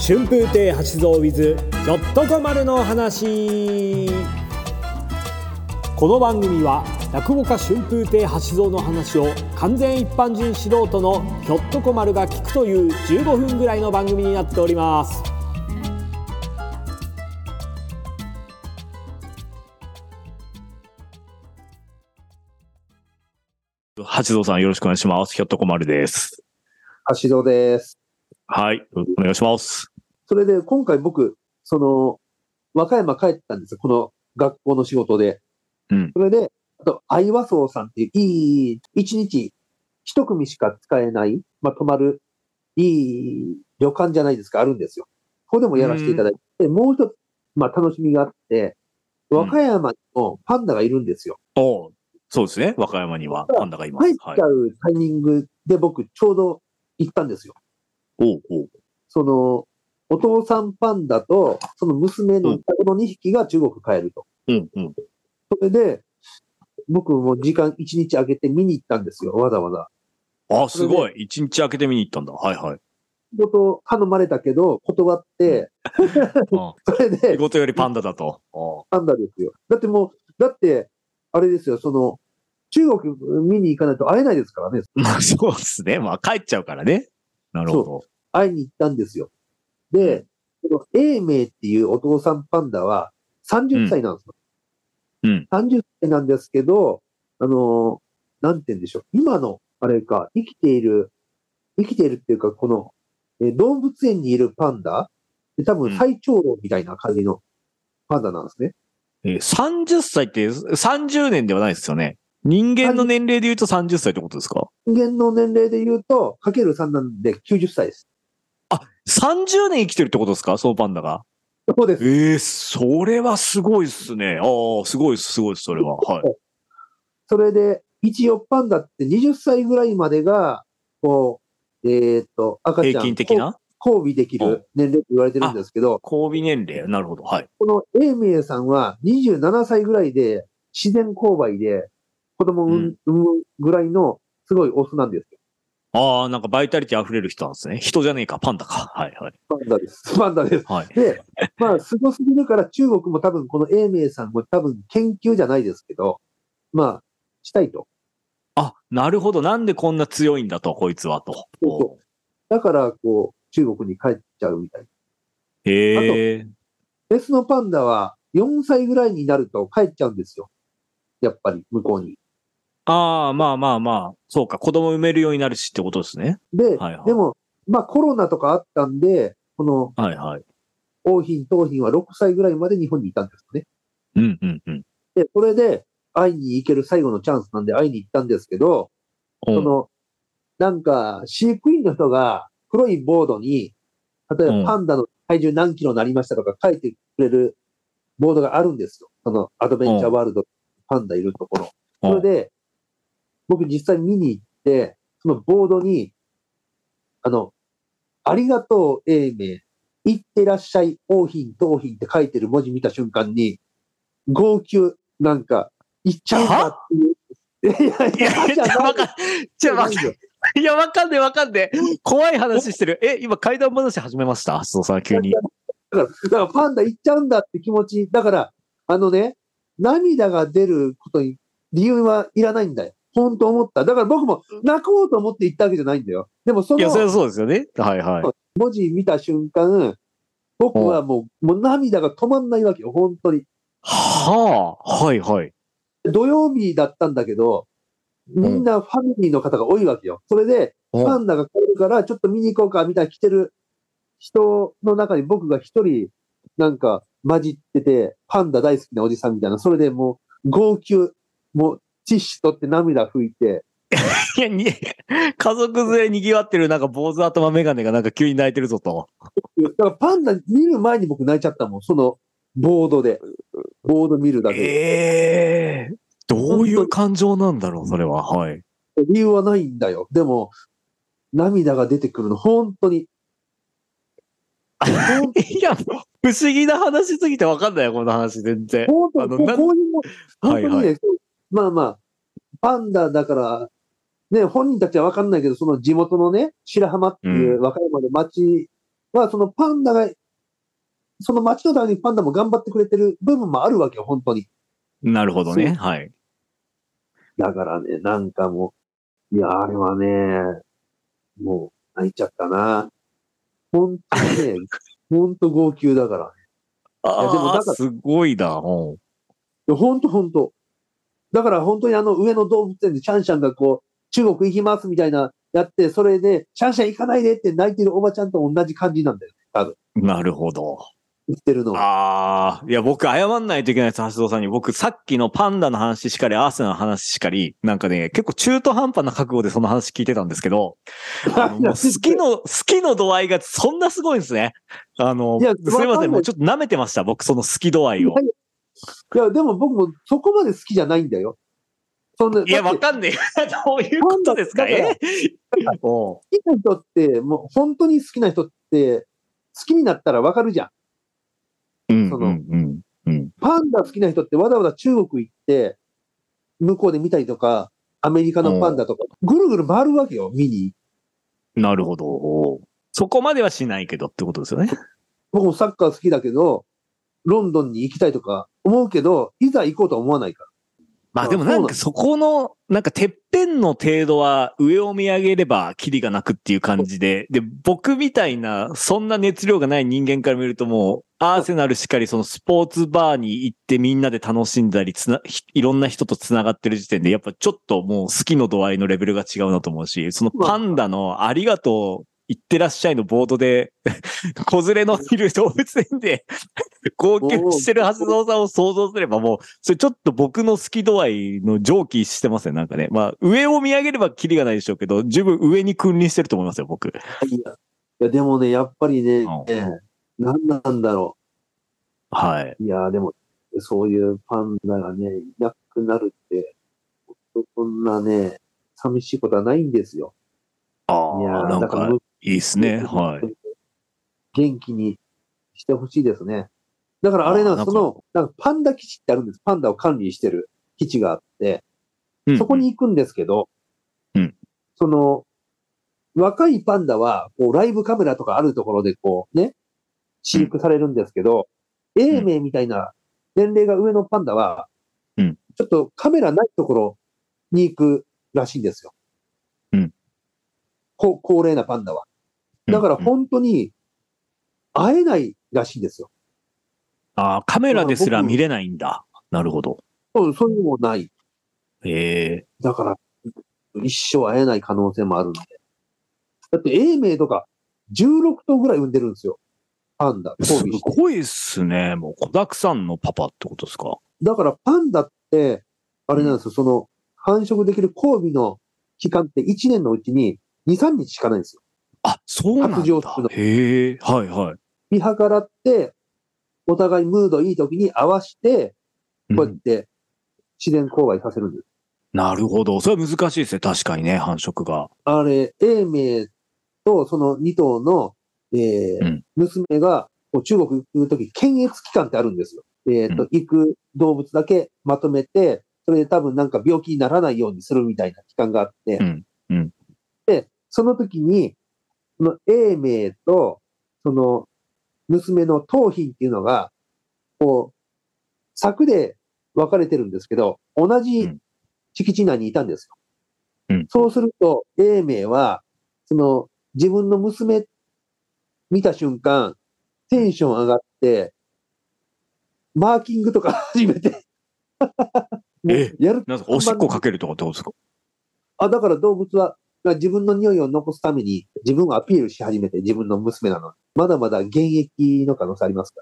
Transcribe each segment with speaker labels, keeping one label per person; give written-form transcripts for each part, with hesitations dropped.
Speaker 1: 春風亭八蔵 with ひょっとこ丸の話。この番組は落語家春風亭八蔵の話を完全一般人素人のひょっとこ丸が聞くという15分ぐらいの番組になっております。
Speaker 2: 八蔵さんよろしくお願いします。ひょっとこ丸です。
Speaker 3: 橋戸です。
Speaker 2: はい、お願いします。
Speaker 3: それで今回僕、和歌山帰ったんですよ。この学校の仕事で。それで、あと、相和荘さんっていういい、一日一組しか使えない、泊まるいい旅館じゃないですか、あるんですよ。ここでもやらせていただいて、もう一つ、楽しみがあって、和歌山にもパンダがいるんですよ。
Speaker 2: そうですね。和歌山にはパンダがいます。
Speaker 3: 帰っちゃうタイミングで僕、ちょうど行ったんですよ。お父さんパンダと、その娘の双子の2匹が中国帰ると。それで、僕も時間1日空けて見に行ったんですよ、わざわざ。
Speaker 2: あ、すごい。1日空けて見に行ったんだ。はいはい。
Speaker 3: 仕事頼まれたけど、断って、それで。
Speaker 2: 仕事よりパンダだと。
Speaker 3: パンダですよ。だって、あれですよ、中国見に行かないと会えないですからね。
Speaker 2: そうですね。帰っちゃうからね。なるほど。
Speaker 3: 会いに行ったんですよ。で、永明っていうお父さんパンダは30歳なんですよ。30歳なんですけど、なんて言うんでしょう。今の、生きているっていうか、動物園にいるパンダ多分最長老みたいな感じのパンダなんですね。
Speaker 2: 30歳って30年ではないですよね。人間の年齢で言うと30歳ってことですか？
Speaker 3: 人間の年齢で言うと、かける3なんで90歳です。
Speaker 2: あ、30年生きてるってことですか？そのパンダが。
Speaker 3: そうです。
Speaker 2: それはすごいっすね。すごいっす、それは。はい。
Speaker 3: それで、一応パンダって20歳ぐらいまでが、赤ちゃん。
Speaker 2: 平均的な
Speaker 3: 交尾できる年齢と言われてるんですけど。
Speaker 2: 交尾年齢、なるほど。はい。
Speaker 3: この永明さんは27歳ぐらいで自然交配で子供を産むぐらいのすごいオスなんですよ。
Speaker 2: なんかバイタリティ溢れる人なんですね。人じゃねえか、パンダか。はいはい。
Speaker 3: パンダです。パンダです。
Speaker 2: はい。
Speaker 3: で、すごすぎるから中国も多分この永明さんも多分研究じゃないですけど、したいと。
Speaker 2: なるほど。なんでこんな強いんだと、こいつはと。
Speaker 3: だから、中国に帰っちゃうみたい。
Speaker 2: へえ。
Speaker 3: あと、メスのパンダは4歳ぐらいになると帰っちゃうんですよ。やっぱり、向こうに。
Speaker 2: そうか。子供産めるようになるしってことですね。
Speaker 3: で、でも、コロナとかあったんで、王浜、桃浜は6歳ぐらいまで日本にいたんですよね。で、それで、会いに行ける最後のチャンスなんで会いに行ったんですけど、なんか、飼育員の人が黒いボードに、例えばパンダの体重何キロになりましたとか書いてくれるボードがあるんですよ。アドベンチャーワールド、パンダいるところ。それで、僕実際見に行って、そのボードに、ありがとう、永明、いってらっしゃい、王浜、桃浜って書いてる文字見た瞬間に、号泣、なんか、行っちゃうんだっていう。
Speaker 2: わかんねえ。怖い話してる。今怪談話始めました？橋戸さん、急に。
Speaker 3: だからパンダ行っちゃうんだって気持ち。だから、涙が出ることに理由はいらないんだよ。本当思った。だから僕も泣こうと思って行ったわけじゃないんだよ。でも
Speaker 2: いや、それはそうですよね。はいはい。
Speaker 3: 文字見た瞬間、僕はもう涙が止まんないわけよ。本当に。
Speaker 2: はいはい。
Speaker 3: 土曜日だったんだけど、みんなファミリーの方が多いわけよ。それで、パンダが来るから、ちょっと見に行こうか、みたいな来てる人の中に僕が一人、なんか、混じってて、パンダ大好きなおじさんみたいな、それでもう、号泣、もう、ティッシュ取って涙拭いて。
Speaker 2: いや、家族連れ賑わってる、なんか坊主頭メガネがなんか急に泣いてるぞと。
Speaker 3: だからパンダ見る前に僕泣いちゃったもん、その、ボード見るだけで。
Speaker 2: どういう感情なんだろう、それは。はい。
Speaker 3: 理由はないんだよ。でも、涙が出てくるの、本当に。
Speaker 2: いや、不思議な話すぎて分かんないよ、この話、全然。
Speaker 3: 本当に、本当にね、パンダだから、ね、本人たちは分かんないけど、その地元のね、白浜っていう和歌山の町は、そのパンダが、その街のためにパンダも頑張ってくれてる部分もあるわけよ、本当に。
Speaker 2: なるほどね。はい。
Speaker 3: だからね、なんかもう、いや、あれはね、もう泣いちゃったな。本当にね、本当号泣だからね。
Speaker 2: でもすごいな。
Speaker 3: 本当。だから本当に上野動物園でシャンシャンがこう、中国行きますみたいなやって、それで、シャンシャン行かないでって泣いてるおばちゃんと同じ感じなんだよね、多分。
Speaker 2: なるほど。
Speaker 3: 言ってるの
Speaker 2: は。いや、僕謝んないといけないです、橋戸さんに。僕、さっきのパンダの話しかり、アーセナの話しかり、なんかね、結構中途半端な覚悟でその話聞いてたんですけど、もう好きの度合いがそんなすごいんですね。すみません、もうちょっと舐めてました、僕、その好き度合いを。
Speaker 3: いや、でも僕もそこまで好きじゃないんだよ。
Speaker 2: いや、わかんねえ。どういうことですか？好
Speaker 3: きな人って、もう本当に好きな人って、好きになったらわかるじゃん。パンダ好きな人ってわざわざ中国行って、向こうで見たりとか、アメリカのパンダとか、ぐるぐる回るわけよ、見に。
Speaker 2: なるほど。そこまではしないけどってことですよね。
Speaker 3: 僕もサッカー好きだけど、ロンドンに行きたいとか思うけど、いざ行こうとは思わないから。
Speaker 2: まあでもなんかそこの、なんかてっぺんの程度は上を見上げればキリがなくっていう感じで、で、僕みたいな、そんな熱量がない人間から見るともう、アーセナルしっかりそのスポーツバーに行ってみんなで楽しんだり、いろんな人と繋がってる時点で、やっぱちょっともう好きの度合いのレベルが違うなと思うし、そのパンダのありがとう、行ってらっしゃいのボードで、子連れのいる動物園で号泣してる橋蔵さんを想像すればもう、それちょっと僕の好き度合いの上記してますね、なんかね。まあ、上を見上げればキリがないでしょうけど、十分上に君臨してると思いますよ、僕。
Speaker 3: いや、でもね、やっぱりね、何なんだろ
Speaker 2: う。はい。
Speaker 3: いや、でも、そういうパンダがね、いなくなるって、こんなね、寂しいことはないんですよ。
Speaker 2: いや、なんか、いいですね。はい。
Speaker 3: 元気にしてほしいですね。だからあれなんかパンダ基地ってあるんです。パンダを管理してる基地があって、そこに行くんですけど、その、若いパンダは、こう、ライブカメラとかあるところで、こう、ね、飼育されるんですけど、永明みたいな年齢が上のパンダは、ちょっとカメラないところに行くらしいんですよ。高齢なパンダは。だから本当に会えないらしいんですよ。
Speaker 2: カメラですら見れないんだ。なるほど。
Speaker 3: そういうのもない。だから、一生会えない可能性もあるんで。だって、永明とか16頭ぐらい産んでるんですよ。パンダ。
Speaker 2: すごいっすね。もう、子だくさんのパパってことですか。
Speaker 3: だから、パンダって、あれなんですよ、その、繁殖できる交尾の期間って1年のうちに2、3日しかないんですよ。
Speaker 2: そうなんだ。へえ、はいはい。
Speaker 3: 見計らって、お互いムードいい時に合わせて、こうやって自然交配させるんです。
Speaker 2: なるほど。それは難しいですね。確かにね、繁殖が。
Speaker 3: あれ、永明とその2頭の、娘が中国行くとき、検閲期間ってあるんですよ。行く動物だけまとめて、それで多分なんか病気にならないようにするみたいな期間があって、で、その時に、その永明と、その娘の桃浜っていうのが、こう、柵で分かれてるんですけど、同じ敷地内にいたんですよ。そうすると、永明は、その、自分の娘見た瞬間、テンション上がって、マーキングとか始めて
Speaker 2: なんかおしっこかけるとかってことですか？
Speaker 3: だから動物は、自分の匂いを残すために自分をアピールし始めて、自分の娘なのに。まだまだ現役の可能性ありますから。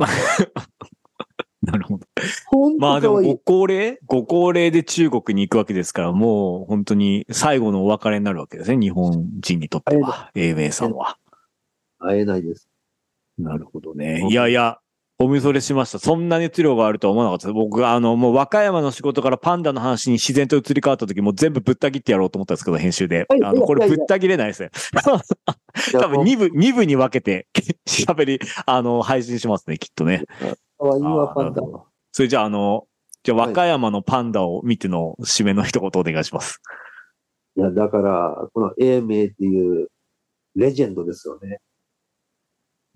Speaker 2: なるほど。まあでもご高齢で中国に行くわけですから、もう本当に最後のお別れになるわけですね。日本人にとっては、永明さんは。
Speaker 3: 会えないです。
Speaker 2: なるほどね。いやいや、お見それしました。そんな熱量があるとは思わなかったです。僕もう和歌山の仕事からパンダの話に自然と移り変わった時もう全部ぶった切ってやろうと思ったんですけど、編集で。これぶった切れないですね。多分2部に分けて喋り、配信しますね、きっとね。それじゃあ和歌山のパンダを見ての締めの一言お願いします。
Speaker 3: いや、だから、この永明っていうレジェンドですよね。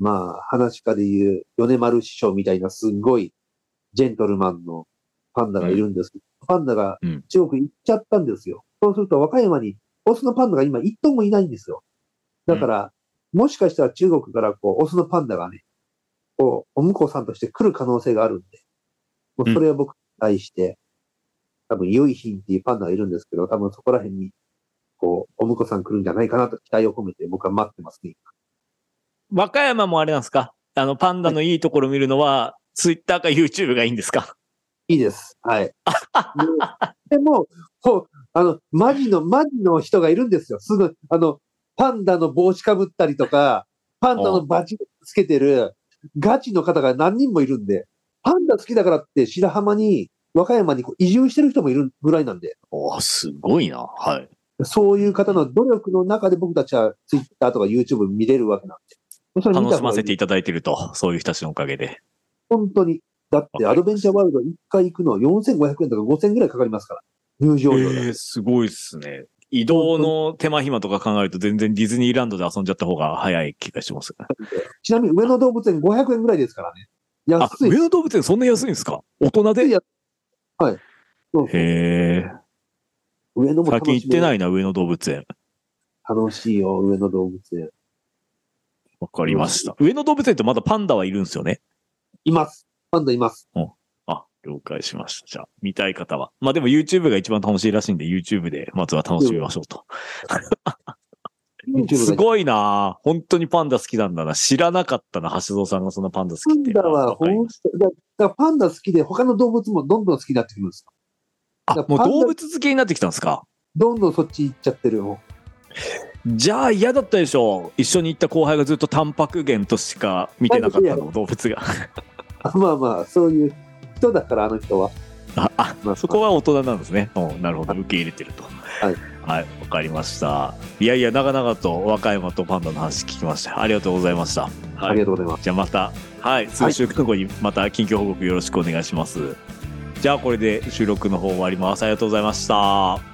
Speaker 3: まあ、話家でいう米丸師匠みたいなすんごいジェントルマンのパンダがいるんですけど、パンダが中国行っちゃったんですよ。そうすると和歌山にオスのパンダが今一頭もいないんですよ。だから、もしかしたら中国からオスのパンダがね、お婿さんとして来る可能性があるんで、もうそれは僕に対して、多分、良い品っていうパンダがいるんですけど、多分そこら辺に、お婿さん来るんじゃないかなと期待を込めて僕は待ってますね。
Speaker 2: 和歌山もあれなんですか？パンダのいいところ見るのは、ツイッターか YouTube がいいんですか？
Speaker 3: いいです。はい。でも、マジの人がいるんですよ。すぐ、パンダの帽子かぶったりとか、パンダのバチつけてるガチの方が何人もいるんで、パンダ好きだからって白浜に、和歌山に移住してる人もいるぐらいなんで。
Speaker 2: すごいな。はい。
Speaker 3: そういう方の努力の中で僕たちはツイッターとか YouTube 見れるわけなんで。
Speaker 2: 楽しませていただいてると、そういう人たちのおかげで。
Speaker 3: 本当に。だってアドベンチャーワールド1回行くの4500円とか5000円ぐらいかかりますから。入場料で。
Speaker 2: すごいっすね。移動の手間暇とか考えると全然ディズニーランドで遊んじゃった方が早い気がします。
Speaker 3: ちなみに上野動物園500円ぐらいですからね。安い。
Speaker 2: 上野動物園そんな安いんですか？大人で？
Speaker 3: はい。
Speaker 2: そうへー。
Speaker 3: 上野も
Speaker 2: 最近行ってないな、上野動物園。
Speaker 3: 楽しいよ、上野動物園。
Speaker 2: わかりました。上野動物園ってまだパンダはいるんですよね？
Speaker 3: います。パンダいます。
Speaker 2: 了解しました。じゃあ、見たい方は。まあでも YouTube が一番楽しいらしいんで、YouTube でまずは楽しみましょうと。すごいなぁ。本当にパンダ好きなんだな。知らなかったな、橋蔵さんがそんなパンダ好きって。
Speaker 3: パンダは本当パンダ好きで他の動物もどんどん好きになってくるんですよ。
Speaker 2: もう動物好きになってきたんですか？
Speaker 3: どんどんそっち行っちゃってるよ。
Speaker 2: じゃあ嫌だったでしょ？一緒に行った後輩がずっとタンパク源としか見てなかったの、動物が。
Speaker 3: まあまあ、そういう人だから、あの人は。
Speaker 2: そこは大人なんですね。なるほど、受け入れてると。はい。はい、わかりました。いやいや、長々と和歌山とパンダの話聞きました。ありがとうございました。はい、
Speaker 3: ありがとうございます。
Speaker 2: じゃあまた、はい、数週間後にまた近況報告よろしくお願いします。じゃあこれで収録の方終わります。ありがとうございました。